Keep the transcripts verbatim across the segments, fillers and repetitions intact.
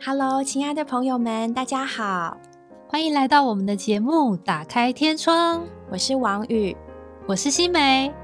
Hello， 亲爱的朋友们，大家好， 欢迎来到我们的节目《打开天窗》。 我是王宇， 我是新梅。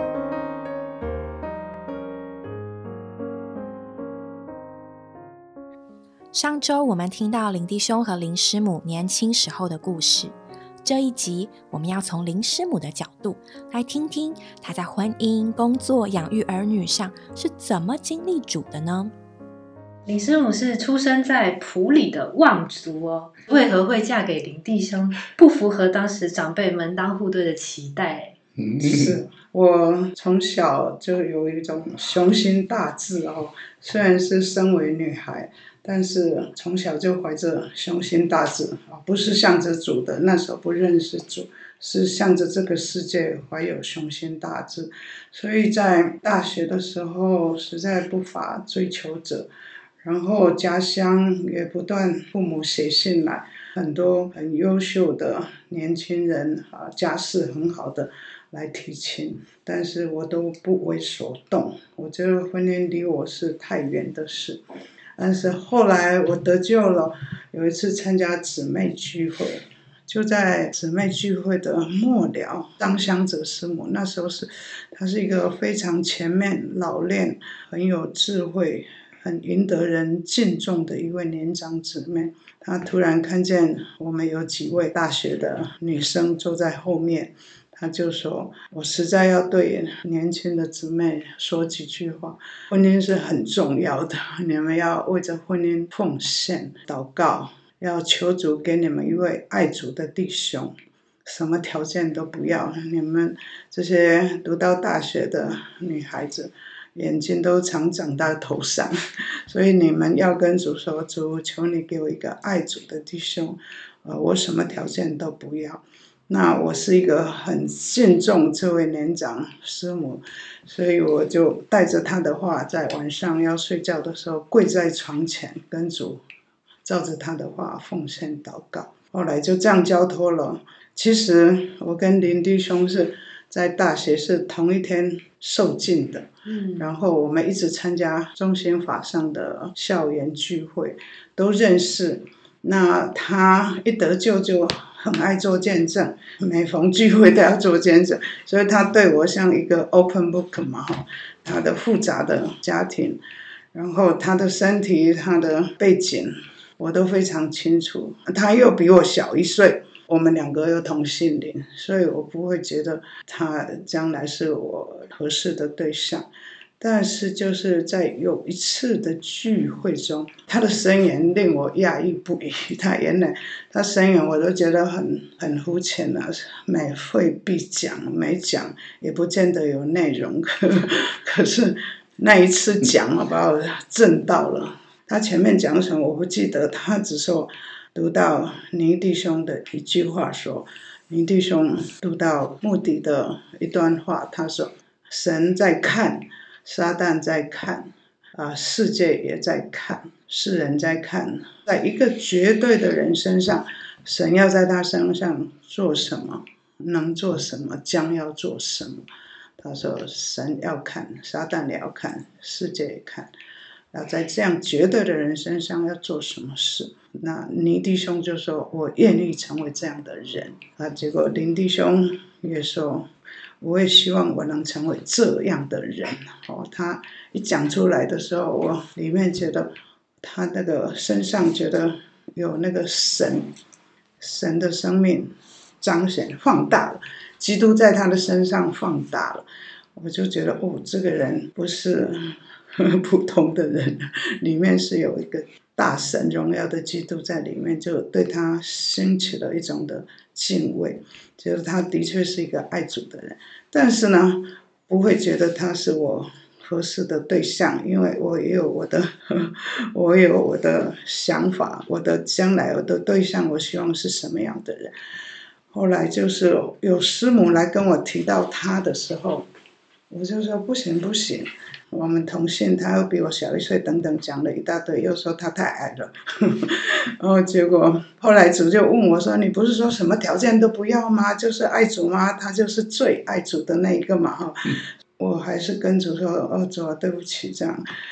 上周我们听到林弟兄和林师母年轻时候的故事，这一集我们要从林师母的角度来听听她在婚姻、工作、养育儿女上是怎么经历主的呢？ 林师母是出生在埔里的望族哦，为何会嫁给林弟兄？不符合当时长辈门当户对的期待。 是我从小就有一种雄心大志哦，虽然是身为女孩，但是从小就怀着雄心大志啊，不是向着主的，那时候不认识主，是向着这个世界怀有雄心大志。所以在大学的时候，实在不乏追求者。然后家乡也不断父母写信来，很多很优秀的年轻人啊，家世很好的来提亲，但是我都不为所动，我觉得婚姻离我是太远的事。但是后来我得救了，有一次参加姊妹聚会，就在姊妹聚会的末了，张香哲师母那时候是，她是一个非常前面老练、很有智慧、很赢得人敬重的一位年长姊妹。她突然看见我们有几位大学的女生坐在后面，她就说，我实在要对年轻的姊妹说几句话，婚姻是很重要的，你们要为着婚姻奉献祷告，要求主给你们一位爱主的弟兄，什么条件都不要，你们这些读到大学的女孩子眼睛都常长到头上，所以你们要跟主说，主求你给我一个爱主的弟兄，呃，我什么条件都不要。那我是一个很敬重这位年长师母，所以我就带着她的话，在晚上要睡觉的时候跪在床前跟主照着她的话奉献祷告。后来就这样交托了。其实我跟林弟兄是在大学是同一天受浸的，嗯，然后我们一直参加中心法上的校园聚会，都认识。那他一得救就很爱做见证，每逢聚会都要做见证，所以他对我像一个 open book 嘛，他的复杂的家庭，然后他的身体、他的背景我都非常清楚。他又比我小一岁，我们两个又同性恋，所以我不会觉得他将来是我合适的对象。但是就是在有一次的聚会中，他的申言令我讶异不已。他原来他申言我都觉得很很肤浅啊，每会必讲，每讲也不见得有内容。可, 可是那一次讲我把我震到了。他前面讲什么我不记得，他只说读到倪弟兄的一句话说，倪弟兄读到目的的一段话，他说神在看，撒旦在看，啊，世界也在看，世人在看，在一个绝对的人身上，神要在他身上做什么，能做什么，将要做什么。他说神要看，撒旦也要看，世界也看，要在这样绝对的人身上要做什么事。那倪弟兄就说我愿意成为这样的人，啊，结果林弟兄也说我也希望我能成为这样的人。哦，他一讲出来的时候，我里面觉得他那个身上觉得有那个神神的生命彰显放大了，基督在他的身上放大了，我就觉得哦，这个人不是普通的人，里面是有一个大神荣耀的基督在里面，就对他兴起了一种的敬畏，觉得他的确是一个爱主的人。但是呢，不会觉得他是我合适的对象，因为我也有我的我有我的想法，我的将来我的对象我希望是什么样的人。后来就是有师母来跟我提到他的时候，我就说不行不行，我们同性，他又比我小一岁等等，讲了一大堆，又说他太矮了然后结果后来主就问我说，你不是说什么条件都不要吗？就是爱主吗？他就是最爱主的那一个嘛。我还是跟主说，哦，主啊，对不起这样。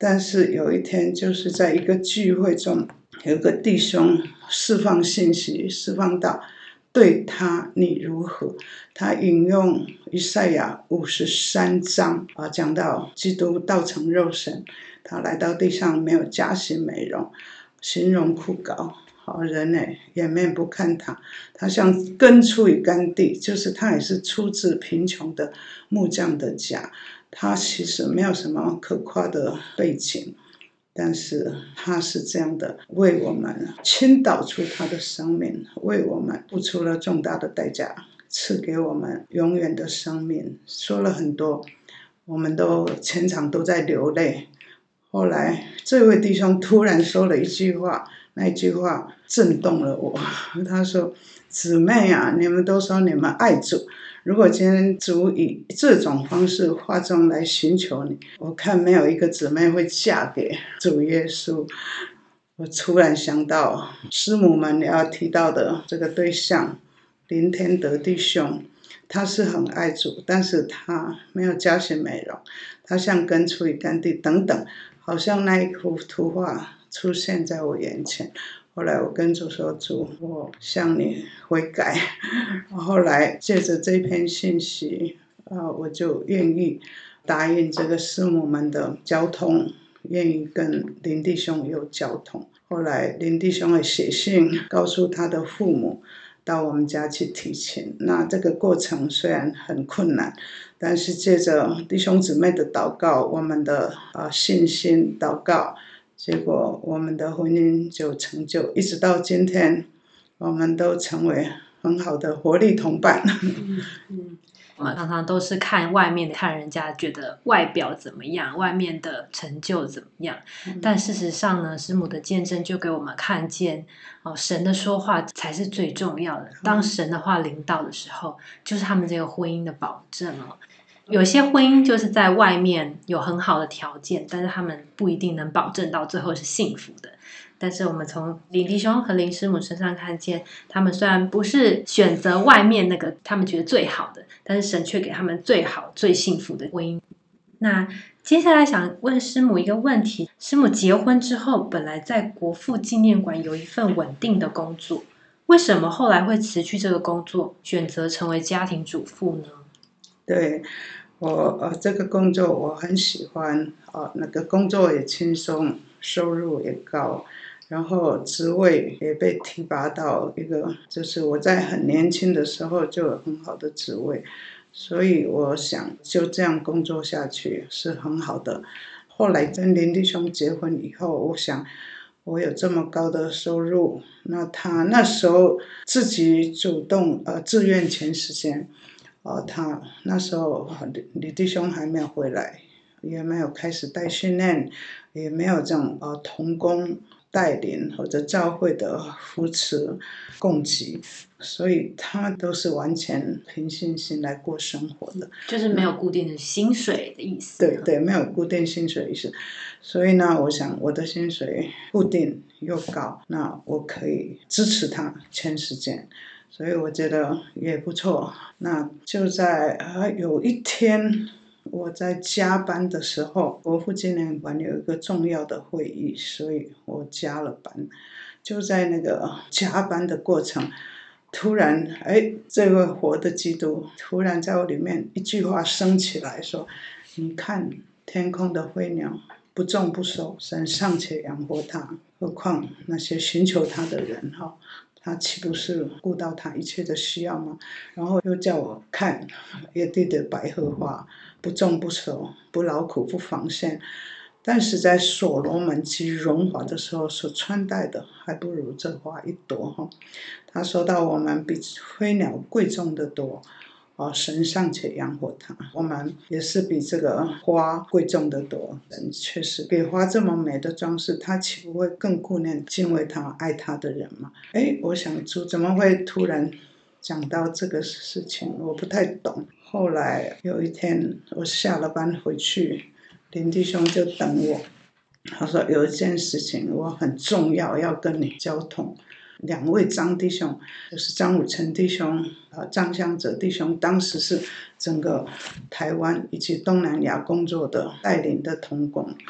但是有一天就是在一个聚会中，有个弟兄释放信息，释放到对他你如何，他引用以赛亚五十三章啊，讲到基督道成肉身，他来到地上没有加型美容，形容枯槁，好人呢掩面不看他，他像根出于干地，就是他也是出自贫穷的木匠的家，他其实没有什么可夸的背景，但是他是这样的为我们倾倒出他的生命，为我们付出了重大的代价，赐给我们永远的生命。说了很多，我们都全场都在流泪。后来这位弟兄突然说了一句话，那一句话震动了我，他说，姊妹啊，你们都说你们爱主，如果今天主以这种方式化妆来寻求你，我看没有一个姊妹会嫁给主耶稣。我突然想到师母们要提到的这个对象林天德弟兄，他是很爱主，但是他没有加型美容，他像根出于干地等等，好像那一幅图画出现在我眼前。后来我跟主说，主，我向你悔改。后来借着这篇信息、呃、我就愿意答应这个师母们的交通，愿意跟林弟兄有交通。后来林弟兄也写信告诉他的父母到我们家去提亲，那这个过程虽然很困难，但是借着弟兄姊妹的祷告，我们的、呃、信心祷告，结果我们的婚姻就成就，一直到今天我们都成为很好的活力同伴。 嗯嗯，我们常常都是看外面的，看人家觉得外表怎么样，外面的成就怎么样，但事实上呢，师母的见证就给我们看见、哦、神的说话才是最重要的。当神的话临到的时候，就是他们这个婚姻的保证哦。有些婚姻就是在外面有很好的条件，但是他们不一定能保证到最后是幸福的。但是我们从林弟兄和林师母身上看见，他们虽然不是选择外面那个他们觉得最好的，但是神却给他们最好最幸福的婚姻。那接下来想问师母一个问题，师母结婚之后本来在国父纪念馆有一份稳定的工作，为什么后来会辞去这个工作，选择成为家庭主妇呢？ 对，我、呃、这个工作我很喜欢、呃、那个工作也轻松，收入也高，然后职位也被提拔到一个就是我在很年轻的时候就有很好的职位，所以我想就这样工作下去是很好的。后来跟林弟兄结婚以后，我想我有这么高的收入，那他那时候自己主动呃自愿全时间，呃，他那时候李弟兄还没有回来，也没有开始带训练，也没有这种呃同工带领或者教会的扶持供给，所以他都是完全凭信心来过生活的， 就是没有固定的薪水的意思。 对对，没有固定薪水的意思。所以呢，我想我的薪水固定又高，那我可以支持他全时间，所以我觉得也不错。那就在、呃、有一天我在加班的时候，国父纪念馆有一个重要的会议，所以我加了班。就在那个加班的过程，突然哎，这位活的基督突然在我里面一句话升起来说，你看天空的飞鸟不种不收，神尚且养活他，何况那些寻求他的人哈，他岂不是顾到他一切的需要吗？然后又叫我看野地的百合花，不种不收，不劳苦不纺线，但是在所罗门极荣华的时候所穿戴的还不如这花一朵。他说到我们比飞鸟贵重的多，哦，神尚且养活他，我们也是比这个花贵重的多。人确实给花这么美的装饰，他岂不会更顾念敬畏他爱他的人吗？哎，我想主怎么会突然讲到这个事情，我不太懂。后来有一天我下了班回去，林弟兄就等我，他说有一件事情我很重要要跟你交通。两位张弟兄，就是张武成弟兄、呃、张相哲弟兄，当时是整个台湾以及东南亚工作的带领的同工，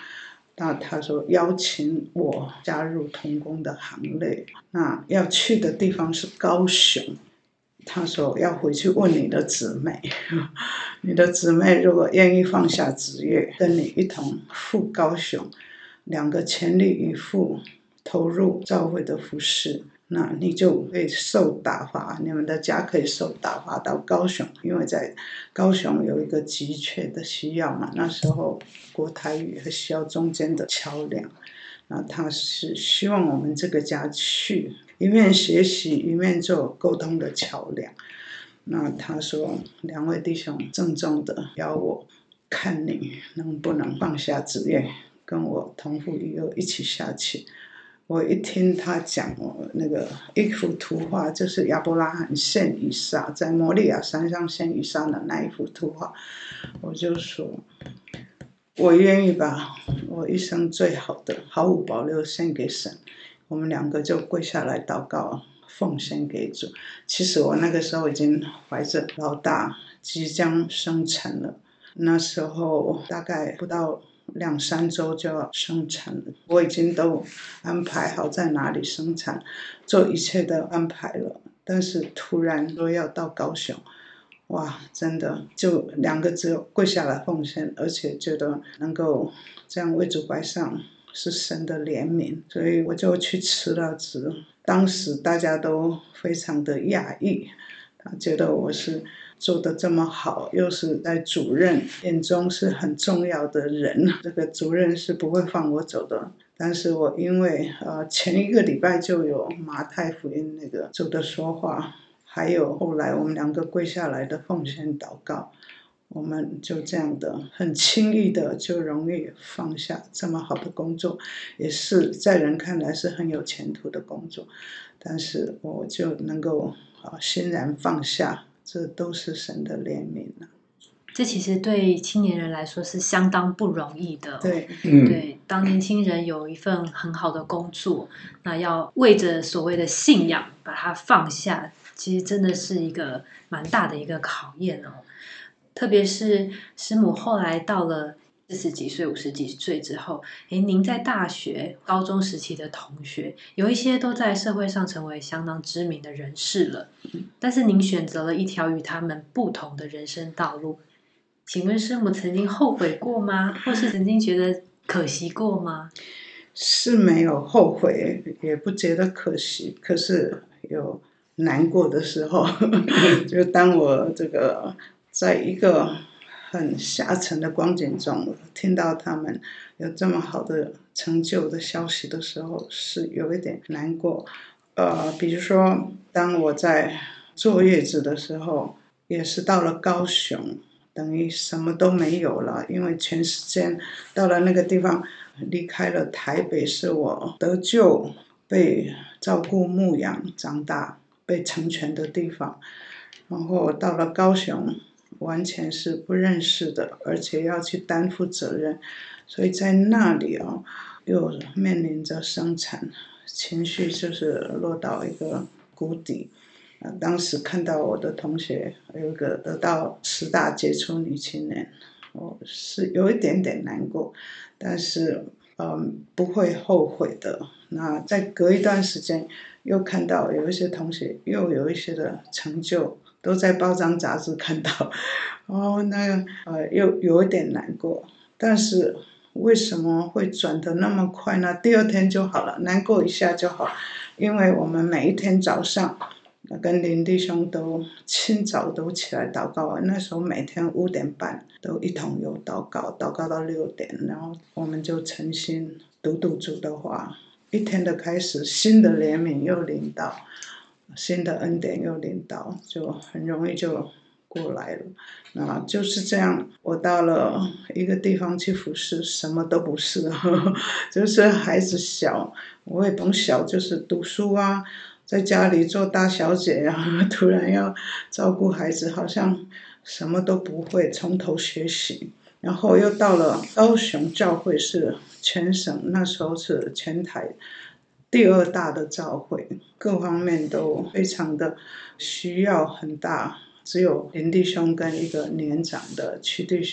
那他说邀请我加入同工的行列，那要去的地方是高雄。他说要回去问你的姊妹，你的姊妹如果愿意放下职业，跟你一同赴高雄，两个全力以赴投入教会的服事，那你就会受打发，你们的家可以受打发到高雄，因为在高雄有一个急缺的需要嘛，那时候国台语还需要中间的桥梁，那他是希望我们这个家去，一面学习一面做沟通的桥梁。那他说两位弟兄郑重的邀我，看你能不能放下职业，跟我同父异母一起下去。我一听他讲那个一幅图画，就是亚伯拉罕献以撒，在摩利亚山上献以撒的那一幅图画，我就说我愿意把我一生最好的毫无保留献给神。我们两个就跪下来祷告，奉献给主。其实我那个时候已经怀着老大即将生产了，那时候大概不到两三周就要生产了，我已经都安排好在哪里生产，做一切的安排了。但是突然说要到高雄，哇，真的就两个字，跪下来奉献，而且觉得能够这样为主摆上是神的怜悯，所以我就去辞了职。当时大家都非常的讶异，他觉得我是做得这么好，又是在主任眼中是很重要的人，这个主任是不会放我走的。但是我因为呃前一个礼拜就有马太福音那个主的说话，还有后来我们两个跪下来的奉献祷告，我们就这样的很轻易的就容易放下这么好的工作，也是在人看来是很有前途的工作，但是我就能够啊欣然放下，这都是神的怜悯了。 这其实对青年人来说是相当不容易的。 对， 对，当年轻人有一份很好的工作，那要为着所谓的信仰把它放下，其实真的是一个蛮大的一个考验哦。特别是师母后来到了四十几岁、五十几岁之后，诶，您在大学、高中时期的同学，有一些都在社会上成为相当知名的人士了，但是您选择了一条与他们不同的人生道路。请问师母曾经后悔过吗？或是曾经觉得可惜过吗？ 是没有后悔，也不觉得可惜，可是有难过的时候。就当我这个在一个很下沉的光景中，听到他们有这么好的成就的消息的时候，是有一点难过。呃，比如说当我在坐月子的时候，也是到了高雄，等于什么都没有了，因为全时间到了那个地方，离开了台北，是我得救、被照顾、牧养、长大、被成全的地方。然后到了高雄，完全是不认识的，而且要去担负责任，所以在那里哦，又面临着生产，情绪就是落到一个谷底。当时看到我的同学有一个得到十大杰出女青年，我是有一点点难过，但是嗯不会后悔的。那再隔一段时间，又看到有一些同学又有一些的成就，都在报章杂志看到，哦，那个呃又有一点难过，但是为什么会转得那么快呢？第二天就好了，难过一下就好，因为我们每一天早上跟林弟兄都清早都起来祷告，那时候每天五点半都一同有祷告，祷告到六点，然后我们就诚心读读主的话，一天的开始，新的怜悯又临到，新的恩典又临到，就很容易就过来了。那就是这样，我到了一个地方去服侍，什么都不是，呵呵，就是孩子小，我也从小就是读书啊，在家里做大小姐啊，突然要照顾孩子，好像什么都不会，从头学习。然后又到了高雄教会，是全省那时候是全台第二大的教会，各方面都非常的需要很大，只有林弟兄跟一个年长的曲弟兄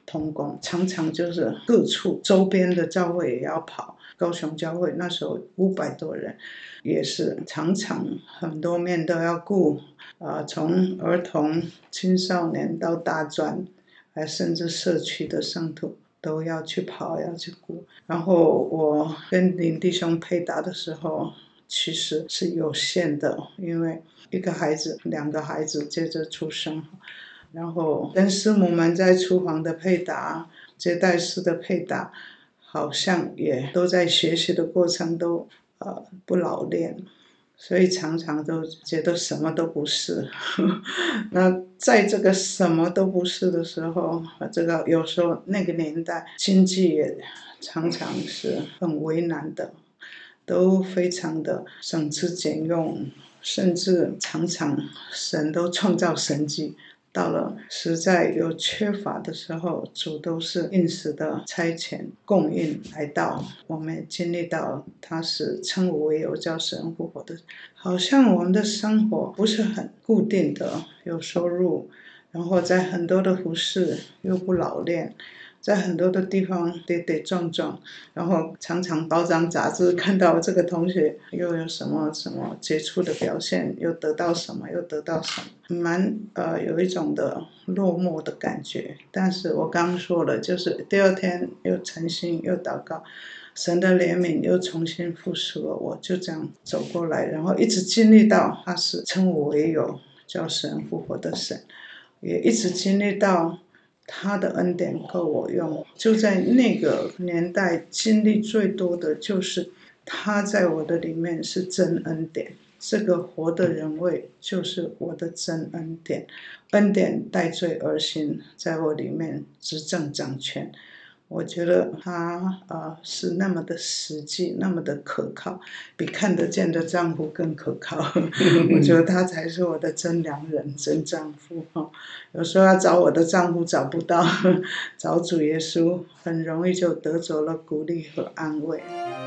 同工，常常就是各处周边的教会也要跑。高雄教会那时候五百多人，也是常常很多面都要顾，呃，从儿童、青少年到大专，还甚至社区的圣徒都要去跑，要去顾。然后我跟林弟兄配搭的时候，其实是有限的，因为一个孩子、两个孩子接着出生，然后跟师母们在厨房的配搭、接待室的配搭，好像也都在学习的过程都呃不老练，所以常常都觉得什么都不是。那在这个什么都不是的时候，这个有时候那个年代经济也常常是很为难的，都非常的省吃俭用，甚至常常神都创造神迹。到了实在有缺乏的时候，主都是应时的差遣供应来到，我们也经历到他是称我为有，叫神复活的。好像我们的生活不是很固定的，有收入，然后在很多的服事又不老练，在很多的地方跌跌撞撞，然后常常报章杂志看到这个同学又有什么什么杰出的表现，又得到什么又得到什么，蛮呃有一种的落寞的感觉。但是我刚刚说了，就是第二天又诚心又祷告，神的怜悯又重新复苏了我，就这样走过来，然后一直经历到他是称我为有，叫神复活的神，也一直经历到他的恩典够我用。就在那个年代经历最多的就是他在我的里面是真恩典，这个活的人位就是我的真恩典，恩典代罪而行，在我里面执政掌权。我觉得他、呃、是那么的实际，那么的可靠，比看得见的丈夫更可靠。我觉得他才是我的真良人、真丈夫。有时候要找我的丈夫找不到，找主耶稣很容易就得着了鼓励和安慰。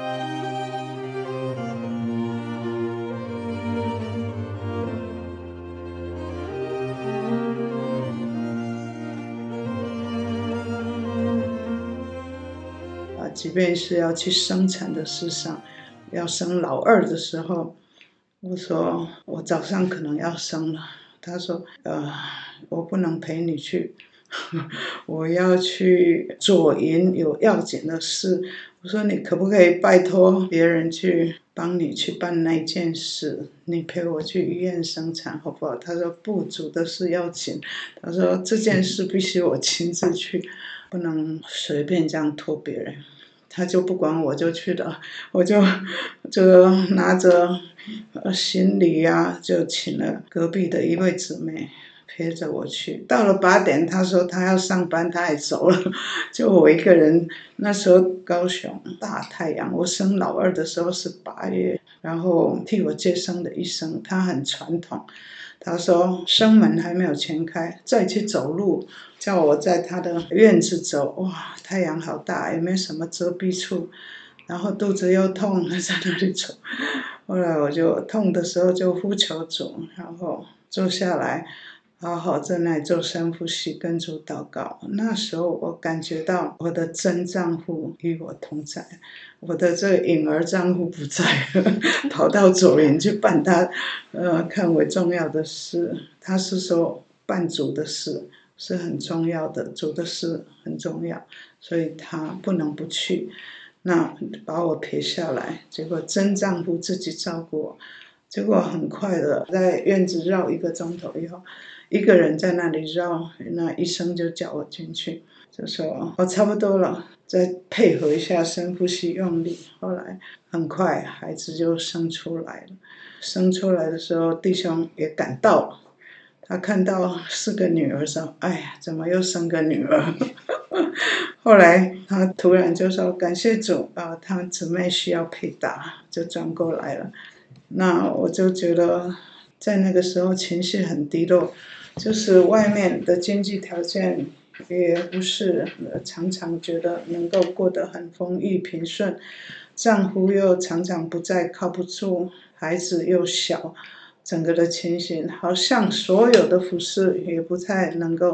即便是要去生产的事上，要生老二的时候，我说我早上可能要生了，他说呃，我不能陪你去，我要去左营有要紧的事。我说你可不可以拜托别人去帮你去办那件事，你陪我去医院生产好不好？他说不，主的事要紧，他说这件事必须我亲自去，不能随便这样托别人。他就不管我就去了，我就就拿着行李啊，就请了隔壁的一位姊妹陪着我去。到了八点，他说他要上班，他也走了，就我一个人。那时候高雄大太阳，我生老二的时候是八月，然后替我接生的医生他很传统，他说生门还没有全开，再去走路，叫我在他的院子走。哇，太阳好大，也没什么遮蔽处，然后肚子又痛，在那里走。后来我就痛的时候就呼求主，然后坐下来好好在那里做深呼吸，跟主祷告。那时候我感觉到我的真丈夫与我同在，我的这个隐儿丈夫不在了，跑到左营去办他呃看为重要的事。他是说办主的事是很重要的，主的事很重要，所以他不能不去。那把我撇下来，结果真丈夫自己照顾我。结果很快的在院子绕一个钟头以后，一个人在那里绕，那医生就叫我进去，就说我差不多了，再配合一下深呼吸用力。后来很快孩子就生出来了，生出来的时候弟兄也赶到了，他看到四个女儿说哎呀怎么又生个女儿。后来他突然就说感谢主、呃、他姊妹需要配搭，就转过来了。那我就觉得在那个时候情绪很低落，就是外面的经济条件也不是常常觉得能够过得很丰裕平顺，丈夫又常常不在靠不住，孩子又小，整个的情形好像所有的服事也不太能够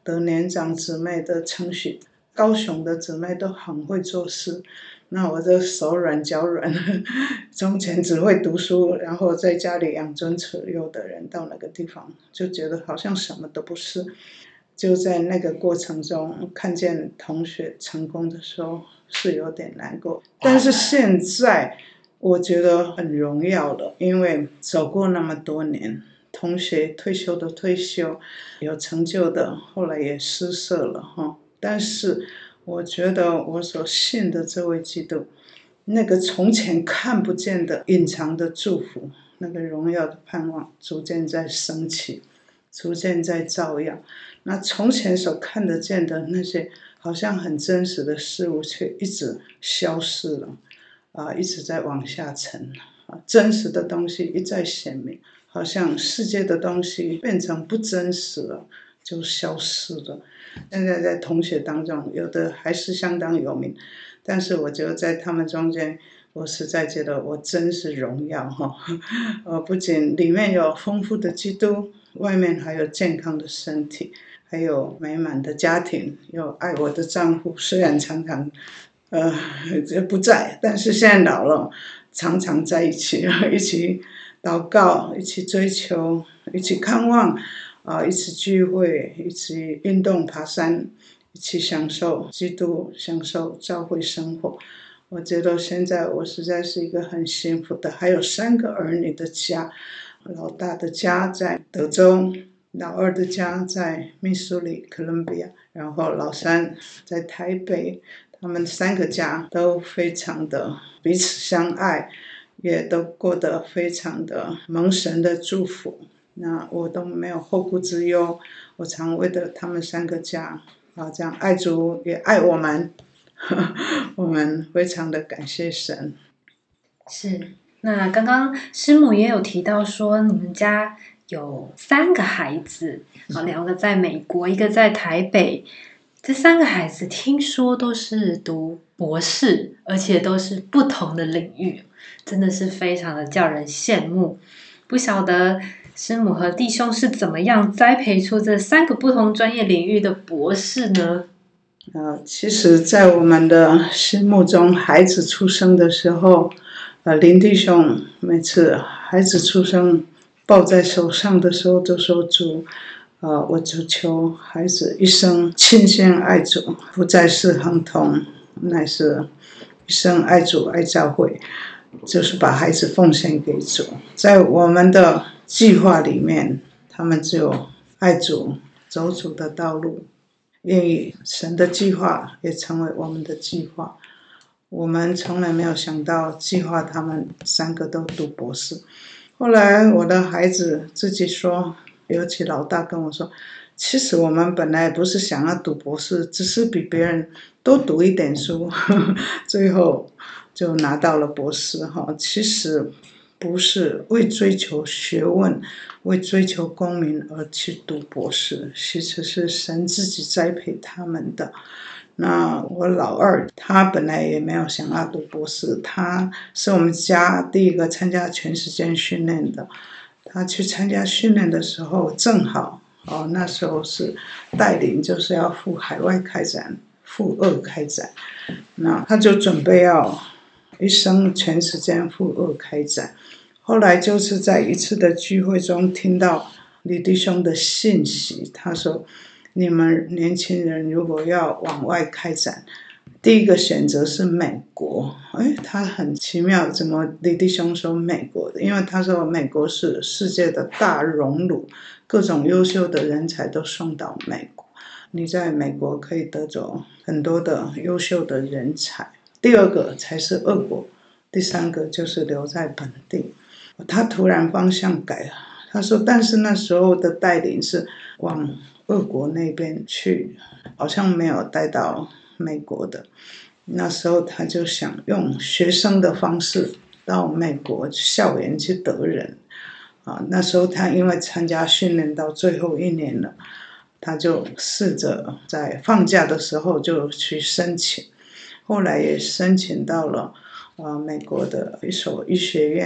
得年长姊妹的称许，高雄的姊妹都很会做事，那我就手软脚软，从前只会读书，然后在家里养尊处优的人，到那个地方就觉得好像什么都不是。就在那个过程中，看见同学成功的时候是有点难过，但是现在我觉得很荣耀了，因为走过那么多年，同学退休的退休，有成就的后来也失色了哈。但是我觉得我所信的这位基督，那个从前看不见的隐藏的祝福，那个荣耀的盼望逐渐在升起，逐渐在照耀。那从前所看得见的那些好像很真实的事物，却一直消失了啊，一直在往下沉啊，真实的东西一再显明，好像世界的东西变成不真实了，就消失了。现在在同学当中，有的还是相当有名，但是我觉得在他们中间，我实在觉得我真是荣耀哈！呃，不仅里面有丰富的基督，外面还有健康的身体，还有美满的家庭，有爱我的丈夫，虽然常常呃不在，但是现在老了，常常在一起，一起祷告，一起追求，一起看望。啊，一起聚会，一起运动爬山，一起享受基督，享受教会生活。我觉得现在我实在是一个很幸福的，还有三个儿女的家，老大的家在德州，老二的家在密苏里哥伦比亚，然后老三在台北，他们三个家都非常的彼此相爱，也都过得非常的蒙神的祝福。那我都没有后顾之忧，我常为了他们三个家啊，这样爱主也爱我们，我们非常的感谢神。 是，那刚刚师母也有提到说，你们家有三个孩子，啊，两个在美国，一个在台北。这三个孩子听说都是读博士，而且都是不同的领域，真的是非常的叫人羡慕。不晓得师母和弟兄是怎么样栽培出这三个不同专业领域的博士呢？ 呃，其实在我们的心目中，孩子出生的时候，呃，林弟兄每次孩子出生抱在手上的时候就说，主，呃，我只求孩子一生亲心爱主，不再是亨通，乃是一生爱主爱教会，就是把孩子奉献给主。在我们的计划里面，他们只有爱主，走主的道路，愿意神的计划也成为我们的计划。我们从来没有想到计划他们三个都读博士。后来我的孩子自己说，尤其老大跟我说，其实我们本来不是想要读博士，只是比别人多读一点书，最后就拿到了博士。其实不是为追求学问，为追求功名而去读博士，其实是神自己栽培他们的。那我老二他本来也没有想要读博士，他是我们家第一个参加全时间训练的。他去参加训练的时候正好哦，那时候是带领就是要赴海外开展，赴俄开展，那他就准备要一生全时间赴俄开展。后来就是在一次的聚会中听到李弟兄的信息，他说，你们年轻人如果要往外开展，第一个选择是美国。哎，他很奇妙，怎么李弟兄说美国的？因为他说美国是世界的大熔炉，各种优秀的人才都送到美国，你在美国可以得着很多的优秀的人才。第二个才是俄国，第三个就是留在本地。他突然方向改了，他说，但是那时候的带领是往俄国那边去，好像没有带到美国的。那时候他就想用学生的方式到美国校园去得人啊。那时候他因为参加训练到最后一年了，他就试着在放假的时候就去申请，后来也申请到了呃美国的一所医学院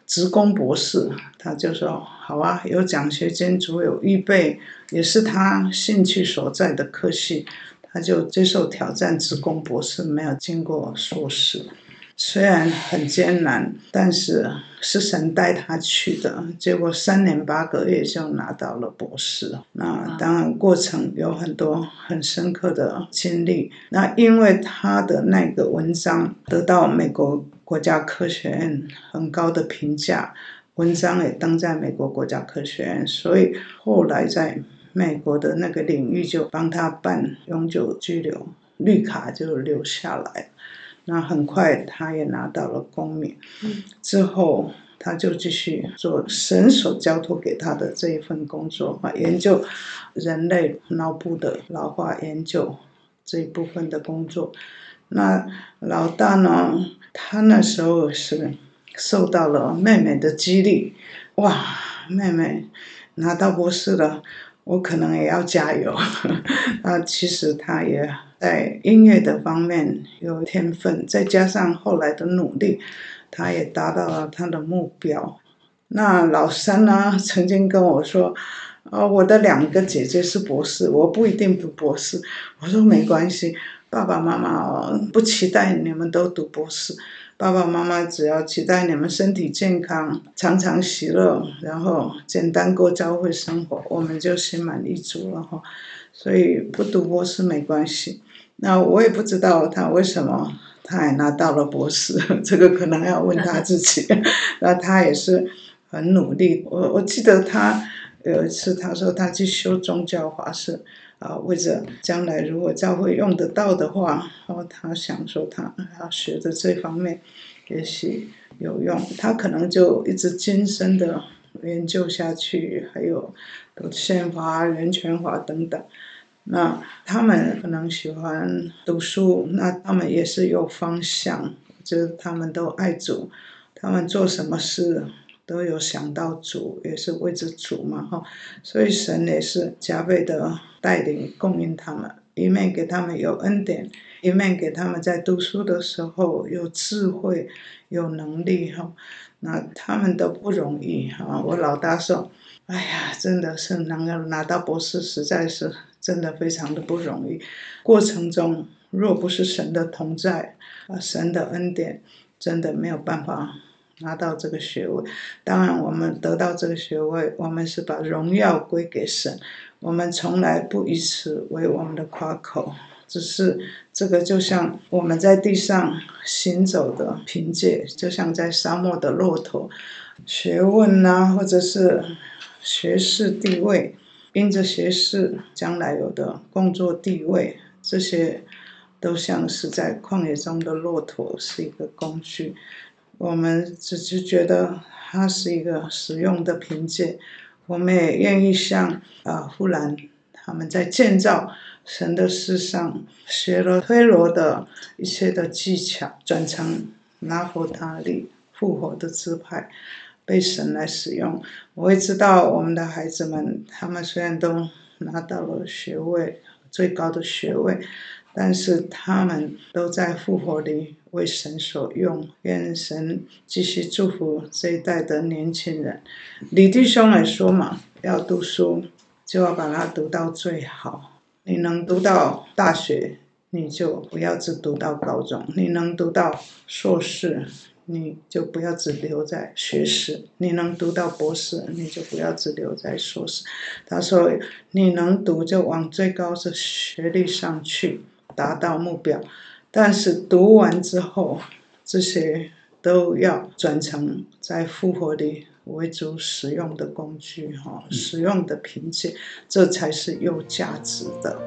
职工博士，他就说好啊，有奖学金，主有预备，也是他兴趣所在的科系，他就接受挑战，职工博士，没有经过硕士。虽然很艰难，但是是神带他去的，结果三年八个月就拿到了博士。那当然过程有很多很深刻的经历。那因为他的那个文章得到美国国家科学院很高的评价，文章也登在美国国家科学院，所以后来在美国的那个领域就帮他办永久居留绿卡，就留下来。那很快他也拿到了公民，之后他就继续做神所交托给他的这一份工作，研究人类脑部的老化研究这一部分的工作。那老大呢，他那时候是受到了妹妹的激励，哇，妹妹拿到博士了，我可能也要加油。那其实他也在音乐的方面有天分，再加上后来的努力，他也达到了他的目标。那老三呢，曾经跟我说，哦，我的两个姐姐是博士，我不一定读博士。我说没关系，爸爸妈妈不期待你们都读博士，爸爸妈妈只要期待你们身体健康，常常喜乐，然后简单过教会生活，我们就心满意足了哈。所以不读博士没关系。那我也不知道他为什么他也拿到了博士，这个可能要问他自己。那他也是很努力。我我记得他有一次他说他去修宗教法师啊，为着将来如果教会用得到的话，然后他想说他要学的这方面也许有用，他可能就一直精深的研究下去，还有宪法、人权法等等。那他们可能喜欢读书，那他们也是有方向，就是他们都爱主，他们做什么事都有想到主，也是为着主嘛，所以神也是加倍的带领供应他们，一面给他们有恩典，一面给他们在读书的时候有智慧有能力，那他们都不容易。我老大说，哎呀，真的是能够拿到博士实在是真的非常的不容易，过程中若不是神的同在，神的恩典，真的没有办法拿到这个学位。当然我们得到这个学位，我们是把荣耀归给神，我们从来不以此为我们的夸口，只是这个就像我们在地上行走的凭借，就像在沙漠的骆驼，学问啊，或者是学士地位，因着学士将来有的工作地位，这些都像是在旷野中的骆驼，是一个工具。我们只是觉得它是一个实用的凭借，我们也愿意像啊富兰他们在建造神的事上学了推罗的一些的技巧，转成拿弗他利复活的支派，被神来使用。我会知道我们的孩子们，他们虽然都拿到了学位，最高的学位，但是他们都在复活里为神所用。愿神继续祝福这一代的年轻人。李弟兄也说嘛，要读书就要把它读到最好，你能读到大学，你就不要只读到高中，你能读到硕士，你就不要只留在学士，你能读到博士，你就不要只留在硕士。他说你能读就往最高的学历上去，达到目标，但是读完之后，这些都要转成在复活里为主使用的工具，使用的凭借，这才是有价值的。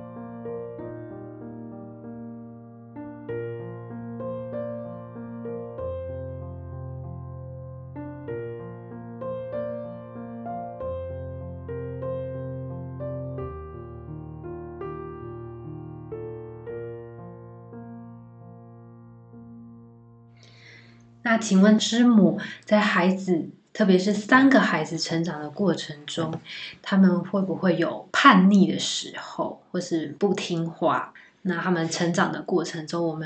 那请问师母，在孩子特别是三个孩子成长的过程中，他们会不会有叛逆的时候，或是不听话？那他们成长的过程中，我们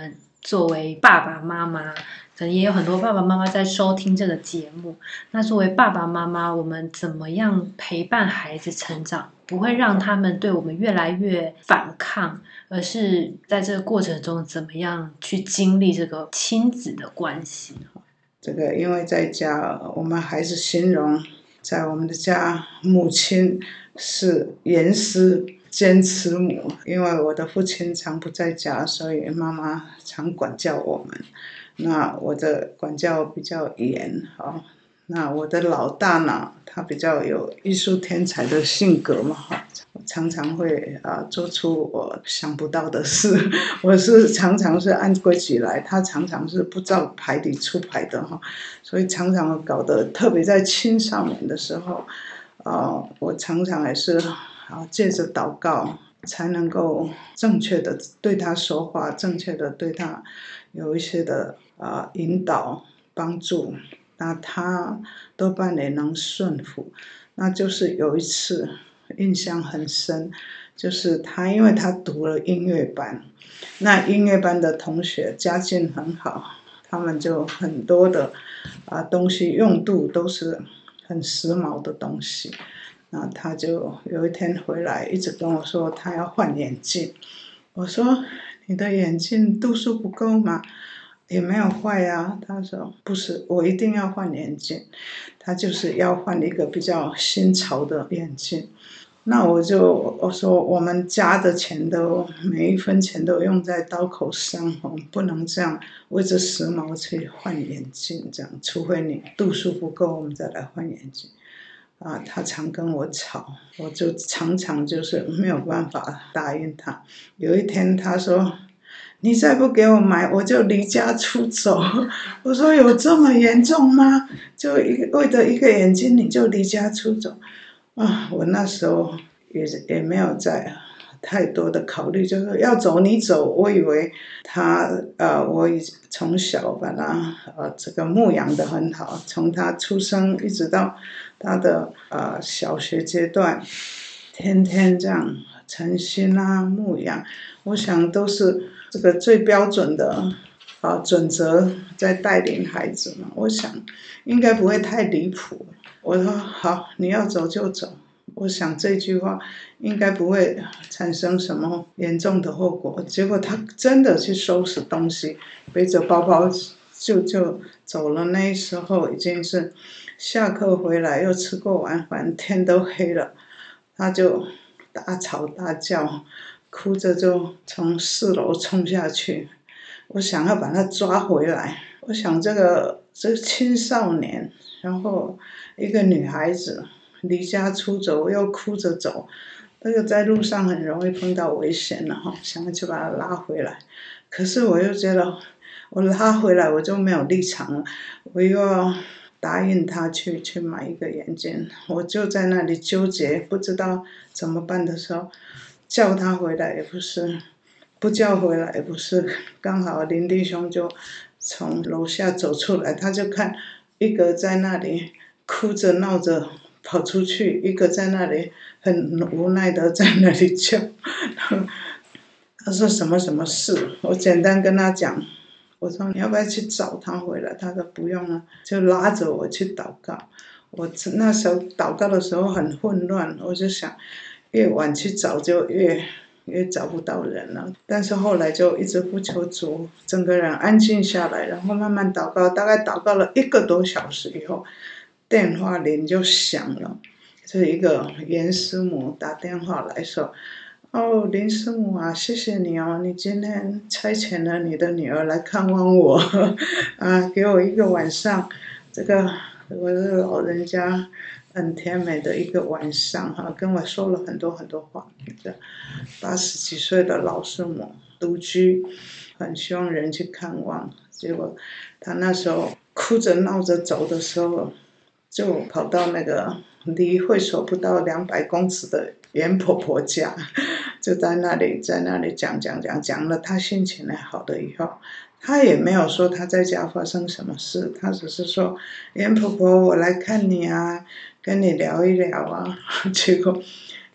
作为爸爸妈妈，可能也有很多爸爸妈妈在收听这个节目。那作为爸爸妈妈，我们怎么样陪伴孩子成长，不会让他们对我们越来越反抗，而是在这个过程中怎么样去经历这个亲子的关系？ 这个因为在家，我们还是形容，在我们的家，母亲是严师兼慈母，因为我的父亲常不在家，所以妈妈常管教我们。那我的管教比较严，哦，那我的老大呢，他比较有艺术天才的性格嘛，常常会啊做出我想不到的事。我是常常是按规矩来，他常常是不照牌理出牌的哈，所以常常搞得特别在青少年的时候，啊，我常常也是啊借着祷告，才能够正确的对他说话，正确的对他有一些的啊引导帮助，那他多半也能顺服。那就是有一次印象很深，就是他因为他读了音乐班，那音乐班的同学家境很好，他们就很多的啊东西用度都是很时髦的东西。那他就有一天回来，一直跟我说他要换眼镜。我说你的眼镜度数不够吗？也没有坏啊。他说不是，我一定要换眼镜。他就是要换一个比较新潮的眼镜。那我就我说我们家的钱都每一分钱都用在刀口上，不能这样为着时髦去换眼镜，这样除非你度数不够，我们再来换眼镜。啊，他常跟我吵，我就常常就是没有办法答应他。有一天他说：“你再不给我买，我就离家出走。”我说：“有这么严重吗？就一个为了一个眼睛你就离家出走？”啊，我那时候也也没有在太多的考虑，就是要走你走。我以为他呃，我从小把他呃这个牧养得很好，从他出生一直到他的呃小学阶段，天天这样诚心啊牧养，我想都是这个最标准的啊、呃、准则在带领孩子嘛。我想应该不会太离谱。我说好，你要走就走。我想这句话应该不会产生什么严重的后果。结果他真的去收拾东西，背着包包就就走了。那时候已经是下课回来，又吃过晚饭，天都黑了，他就大吵大叫，哭着就从四楼冲下去。我想要把他抓回来。我想这个这个青少年，然后一个女孩子离家出走又哭着走，那个在路上很容易碰到危险了哈，想要去把他拉回来。可是我又觉得我拉回来我就没有立场了，我又要答应他去去买一个眼镜，我就在那里纠结不知道怎么办的时候，叫他回来也不是，不叫回来也不是，刚好林弟兄就从楼下走出来，他就看一个在那里哭着闹着跑出去，一个在那里很无奈的在那里叫。他说什么什么事，我简单跟他讲，我说你要不要去找他回来？他说不用了，就拉着我去祷告。我那时候祷告的时候很混乱，我就想越晚去找就越越找不到人了。但是后来就一直呼求主，整个人安静下来，然后慢慢祷告，大概祷告了一个多小时以后，电话铃就响了，是一个严师母打电话来说，哦，林师母啊，谢谢你哦，你今天差遣了你的女儿来看望我，啊，给我一个晚上，这个我的老人家很甜美的一个晚上哈，跟我说了很多很多话。八十几岁的老师母独居，很希望人去看望，结果他那时候哭着闹着走的时候，就跑到那个离会所不到两百公尺的严婆婆家，就在那里在那里讲讲讲讲了，他心情也好了以后，他也没有说他在家发生什么事，他只是说严婆婆我来看你啊，跟你聊一聊啊。结果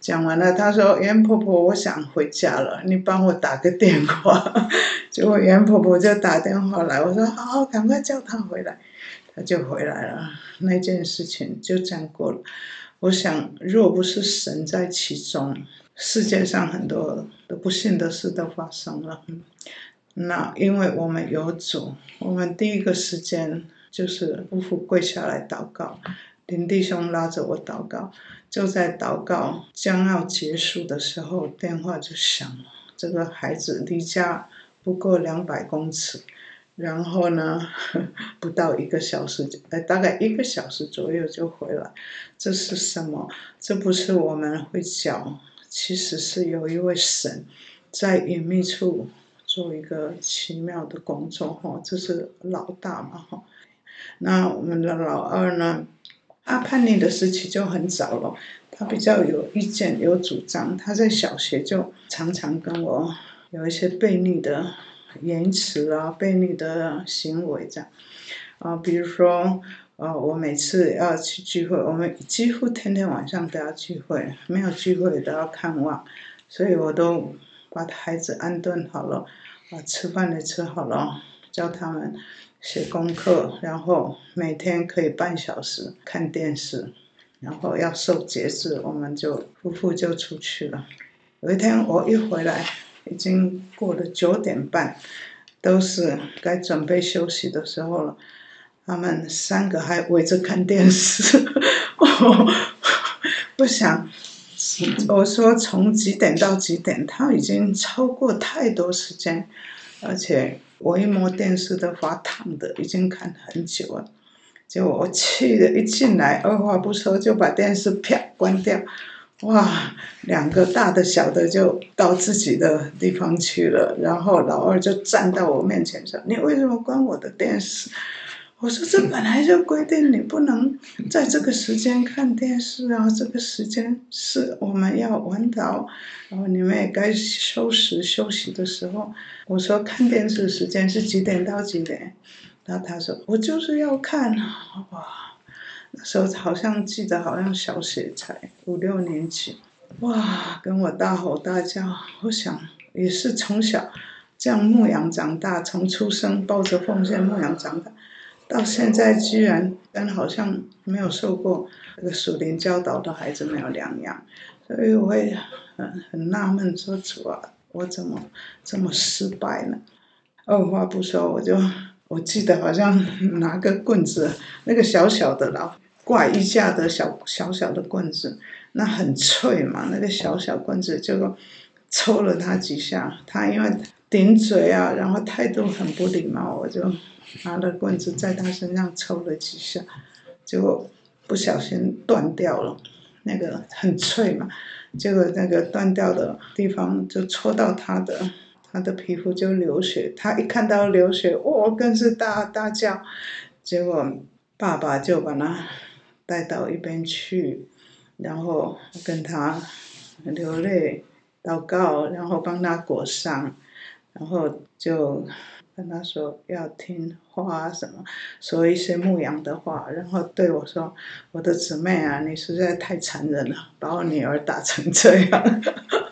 讲完了，他说袁婆婆我想回家了，你帮我打个电话。结果袁婆婆就打电话来，我说好，赶快叫她回来，她就回来了。那件事情就这样过了。我想若不是神在其中，世界上很多的不幸的事都发生了。那因为我们有主，我们第一个时间就是夫妇跪下来祷告，林弟兄拉着我祷告，就在祷告将要结束的时候，电话就响了。这个孩子离家不过两百公尺，然后呢，不到一个小时，呃，大概一个小时左右就回来。这是什么？这不是我们会讲，其实是有一位神在隐秘处做一个奇妙的工作哈，这是老大嘛哈。那我们的老二呢？他叛逆的时期就很早了，他比较有意见有主张，他在小学就常常跟我有一些悖逆的言辞啊，悖逆的行为这样啊，比如说呃，我每次要去聚会，我们几乎天天晚上都要聚会，没有聚会都要看望，所以我都把孩子安顿好了，啊，吃饭也吃好了，叫他们写功课，然后每天可以半小时看电视，然后要受节制，我们就夫妇就出去了。有一天我一回来，已经过了九点半，都是该准备休息的时候了。他们三个还围着看电视，我不想，我说从几点到几点，他已经超过太多时间，而且我一摸电视都发烫的，已经看很久了。结果我气的一进来，二话不说就把电视啪关掉。哇，两个大的小的就到自己的地方去了，然后老二就站到我面前说：“你为什么关我的电视？”我说：“这本来就规定你不能在这个时间看电视啊，这个时间是我们要晚祷，然后你们也该收拾休息的时候。”我说：“看电视时间是几点到几点？”然后他说：“我就是要看。”哇，那时候好像记得好像小学才五六年级，哇，跟我大吼大叫。我想也是从小这样牧养长大，从出生抱着奉献牧养长大。到现在居然跟好像没有受过这个属灵教导的孩子没有两样，所以我会很很纳闷说：“主啊，我怎么这么失败呢？”二话不说，我就我记得好像拿个棍子，那个小小的啦，挂衣架的小小小的棍子，那很脆嘛，那个小小棍子就抽了他几下，他因为顶嘴啊，然后态度很不礼貌，我就拿了棍子在他身上抽了几下，结果不小心断掉了，那个很脆嘛，结果那个断掉的地方就戳到他的，他的皮肤就流血，他一看到流血，哦，更是大大叫，结果爸爸就把他带到一边去，然后跟他流泪祷告，然后帮他裹伤，然后就跟他说要听话什么，说一些牧养的话，然后对我说：“我的姊妹啊，你实在太残忍了，把我女儿打成这样。”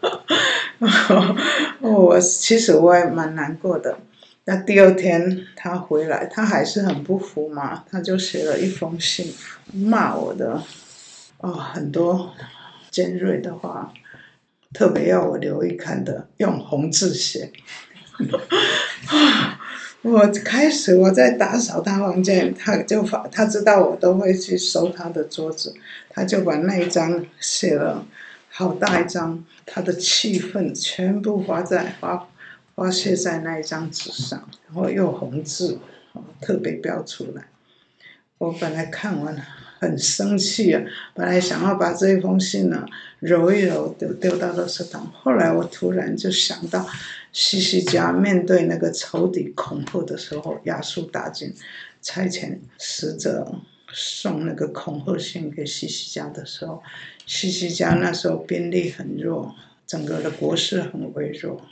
我其实我也蛮难过的。那第二天他回来，他还是很不服嘛，他就写了一封信骂我的，哦，很多尖锐的话，特别要我留意看的，用红字写。我开始我在打扫他房间，他就发，他知道我都会去收他的桌子，他就把那一张写了好大一张，他的气愤全部发在发发泄在那一张纸上，然后用红字特别标出来。我本来看完很生气啊，本来想要把这一封信呢揉一揉丢丢到垃圾桶，后来我突然就想到西西家面对那个仇敌恐吓的时候，亚述大军差遣使者送那个恐吓信给西西家的时候，西西家那时候兵力很弱，整个的国势很微弱，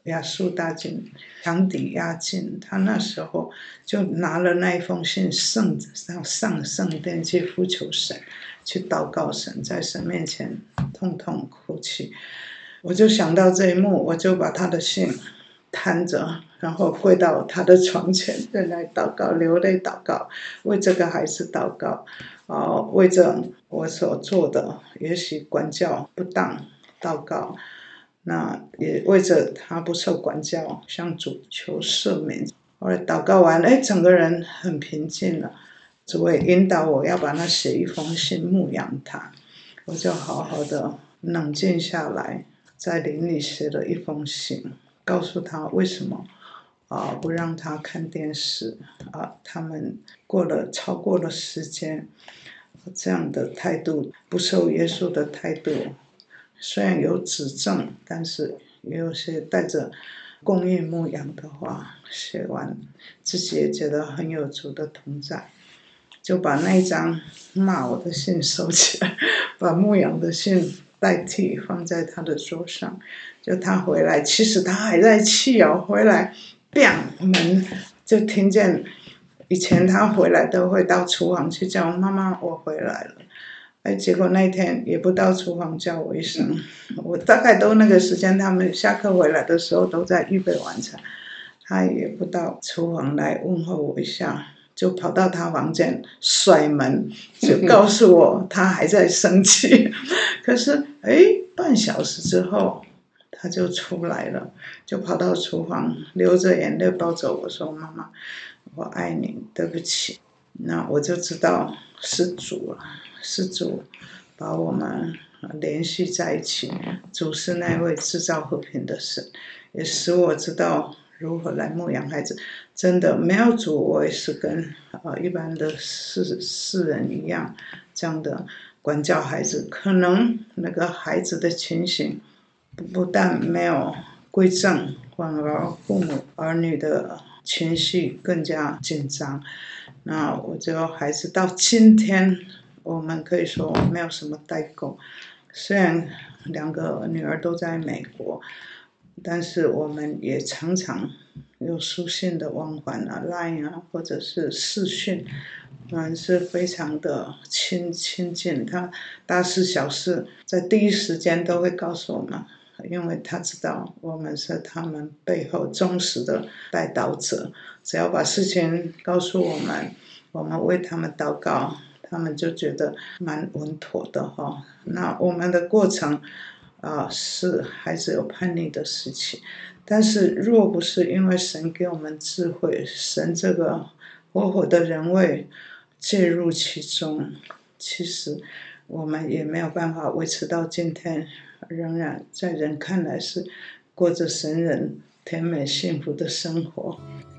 亚述大军强敌压境，他那时候就拿了那一封信圣上上圣殿去呼求神，去祷告神，在神面前痛痛哭泣。我就想到这一幕，我就把他的信摊着，然后跪到他的床前，在那祷告，流泪祷告，为这个孩子祷告，呃、为着我所做的也许管教不当祷告，那也为着他不受管教向主求赦免。后来祷告完，哎，整个人很平静了。主也引导我要把他写一封信牧养他，我就好好的冷静下来，在灵里写了一封信，告诉他为什么啊、呃、不让他看电视啊、呃，他们过了超过了时间，这样的态度，不受耶稣的态度，虽然有指正，但是也有些带着供应牧养的话，写完自己也觉得很有主的同在，就把那一张骂我的信收起来，把牧养的信代替放在他的桌上。就他回来，其实他还在气哦，回来 biang 门就听见，以前他回来都会到厨房去叫妈妈我回来了，哎，结果那天也不到厨房叫我一声，我大概都那个时间，他们下课回来的时候都在预备晚餐，他也不到厨房来问候我一下，就跑到他房间甩门，就告诉我他还在生气。可是哎，半小时之后他就出来了，就跑到厨房流着眼泪抱着我说，妈妈我爱你，对不起。那我就知道是主了，是主把我们联系在一起，主是那位制造和平的神，也使我知道如何来牧养孩子。真的没有主，我也是跟呃一般的世世人一样，这样的管教孩子，可能那个孩子的情形不不但没有归正，反而父母儿女的情绪更加紧张。那我觉得孩子到今天，我们可以说没有什么代沟。虽然两个女儿都在美国，但是我们也常常有书信的往返啊 ，Line 啊，或者是视讯，我们是非常的亲亲近。他大事小事在第一时间都会告诉我们，因为他知道我们是他们背后忠实的代祷者，只要把事情告诉我们，我们为他们祷告，他们就觉得蛮稳妥的哈、哦。那我们的过程啊、呃，是孩子有叛逆的时期，但是若不是因为神给我们智慧，神这个活活的人位介入其中，其实我们也没有办法维持到今天，仍然在人看来是过着神人甜美幸福的生活。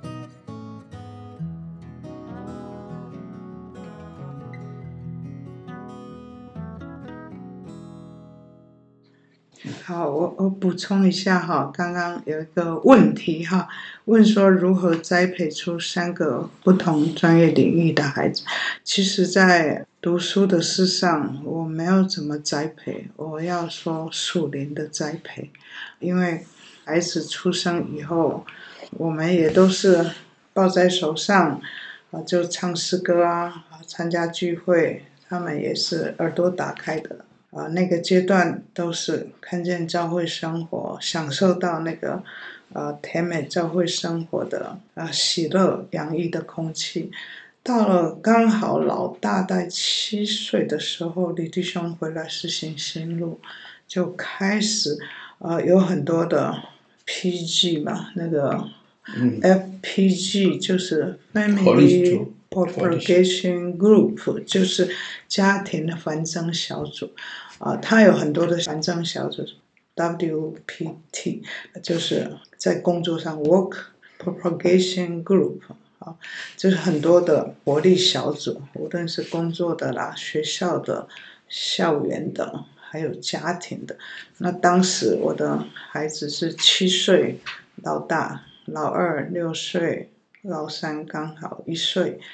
好，我我补充一下哈，刚刚有一个问题哈，问说如何栽培出三个不同专业领域的孩子。其实在读书的事上，我没有怎么栽培，我要说属灵的栽培，因为孩子出生以后，我们也都是抱在手上，就唱诗歌啊，参加聚会，他们也是耳朵打开的。啊、呃，那个阶段都是看见教会生活，享受到那个呃甜美教会生活的啊、呃、喜乐洋溢的空气。到了刚好老大在七岁的时候，李弟兄回来实行新路，就开始呃有很多的 P G 嘛，那个 F P G 就是 Family Propagation Group， 就是家庭的繁殖小组。啊，他有很多的繁殖小组 ，W P T 就是在工作上 Work Propagation Group 啊，就是很多的活力小组，无论是工作的啦、学校的、校园的，还有家庭的。那当时我的孩子是七岁，老大，老二六岁，老三刚好一岁。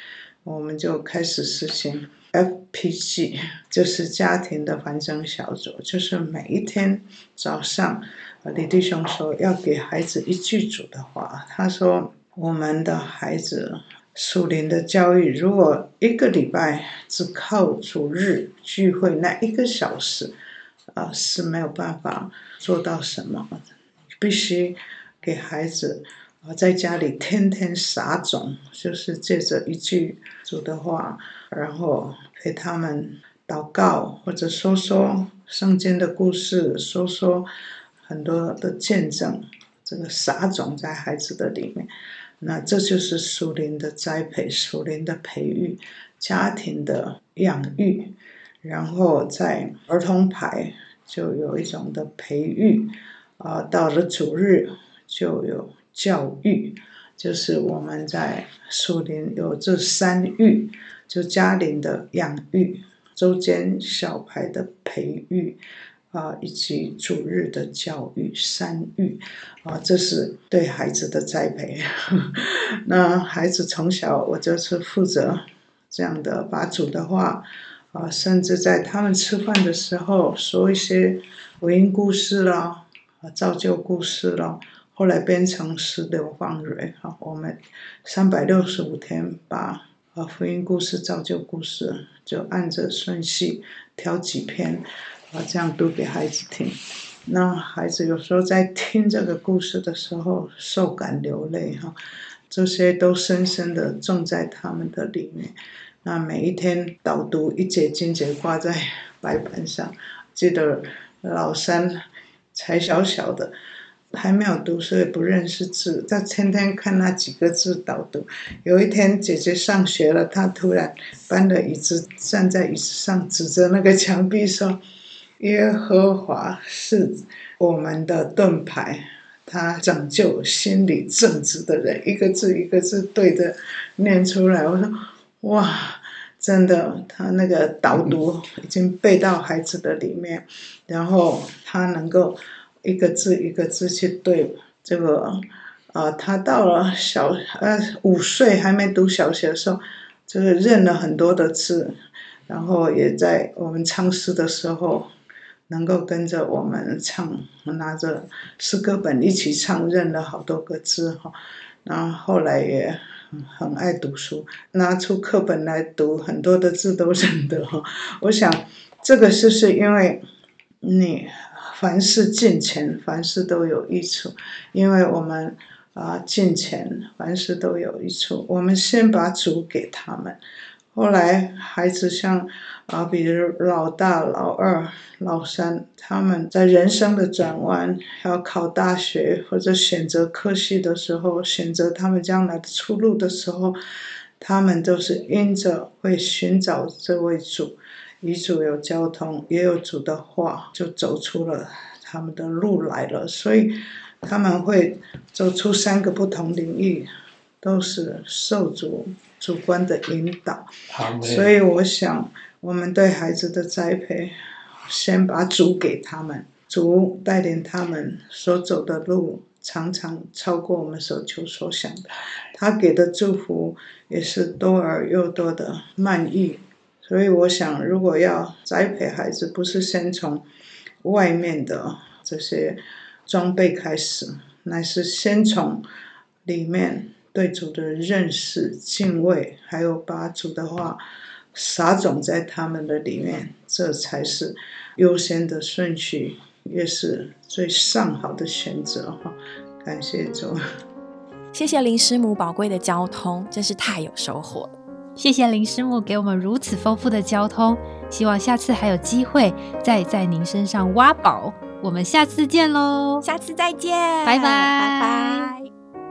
我们就开始实行 F P G， 就是家庭的繁殖小组，就是每一天早上李弟兄说要给孩子一句主的话，他说我们的孩子属灵的教育，如果一个礼拜只靠主日聚会那一个小时，呃，是没有办法做到什么，必须给孩子呃在家里天天撒种，就是借着一句主的话，然后陪他们祷告，或者说说圣经的故事，说说很多的见证，这个撒种在孩子的里面。那这就是属灵的栽培，属灵的培育，家庭的养育，然后在儿童牌就有一种的培育，啊，到了主日就有教育，就是我们在属灵有这三育，就家庭的养育，周间小牌的培育，啊，以及主日的教育，三育，啊，这是对孩子的栽培。那孩子从小我就是负责这样的把主的话，啊，甚至在他们吃饭的时候说一些福音故事啦，啊，造就故事啦，后来编成石榴放蕊，啊，我们三百六十五天把啊福音故事、造就故事就按着顺序挑几篇。啊，这样读给孩子听，那孩子有时候在听这个故事的时候受感流泪哈，这些都深深的种在他们的里面。那每一天导读一节经节挂在白板上，记得老三才小小的，还没有读书也不认识字，他天天看那几个字导读。有一天姐姐上学了，他突然搬了椅子，站在椅子上指着那个墙壁说，耶和华是我们的盾牌，他拯救心里正直的人，一个字一个字对着念出来。我说哇，真的，他那个导读已经背到孩子的里面，然后他能够一个字一个字去对这个，呃，他到了小呃五岁还没读小学的时候，就是认了很多的字，然后也在我们唱诗的时候能够跟着我们唱，拿着诗歌本一起唱，认了好多个字哈。然后后来也很爱读书，拿出课本来读，很多的字都认得哈。我想这个是是因为你凡事敬虔，凡事都有益处，因为我们啊敬虔，凡事都有益处。我们先把主给他们，后来孩子像啊，比如老大、老二、老三，他们在人生的转弯，要考大学或者选择科系的时候，选择他们将来的出路的时候，他们都是因着会寻找这位主，与主有交通，也有主的话，就走出了他们的路来了。所以他们会走出三个不同领域，都是受主主观的引导。所以我想我们对孩子的栽培，先把主给他们，主带领他们所走的路常常超过我们所求所想的，他给的祝福也是多而又多的满意。所以我想如果要栽培孩子，不是先从外面的这些装备开始，乃是先从里面对主的认识、敬畏，还有把主的话撒种在他们的里面，这才是优先的顺序，也是最上好的选择。感谢主。 谢谢林师母宝贵的交通，真是太有收获了。 谢谢林师母给我们如此丰富的交通，希望下次还有机会再在您身上挖宝。我们下次见咯， 下次再见， 拜拜拜拜。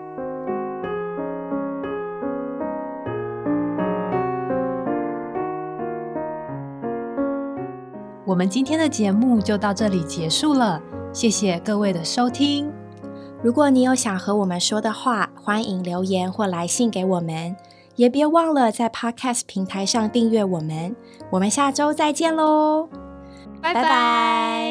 我们今天的节目就到这里结束了，谢谢各位的收听。 如果你有想和我们说的话，欢迎留言或来信给我们，也别忘了在 Podcast 平台上订阅我们。我们下周再见咯， 拜拜拜。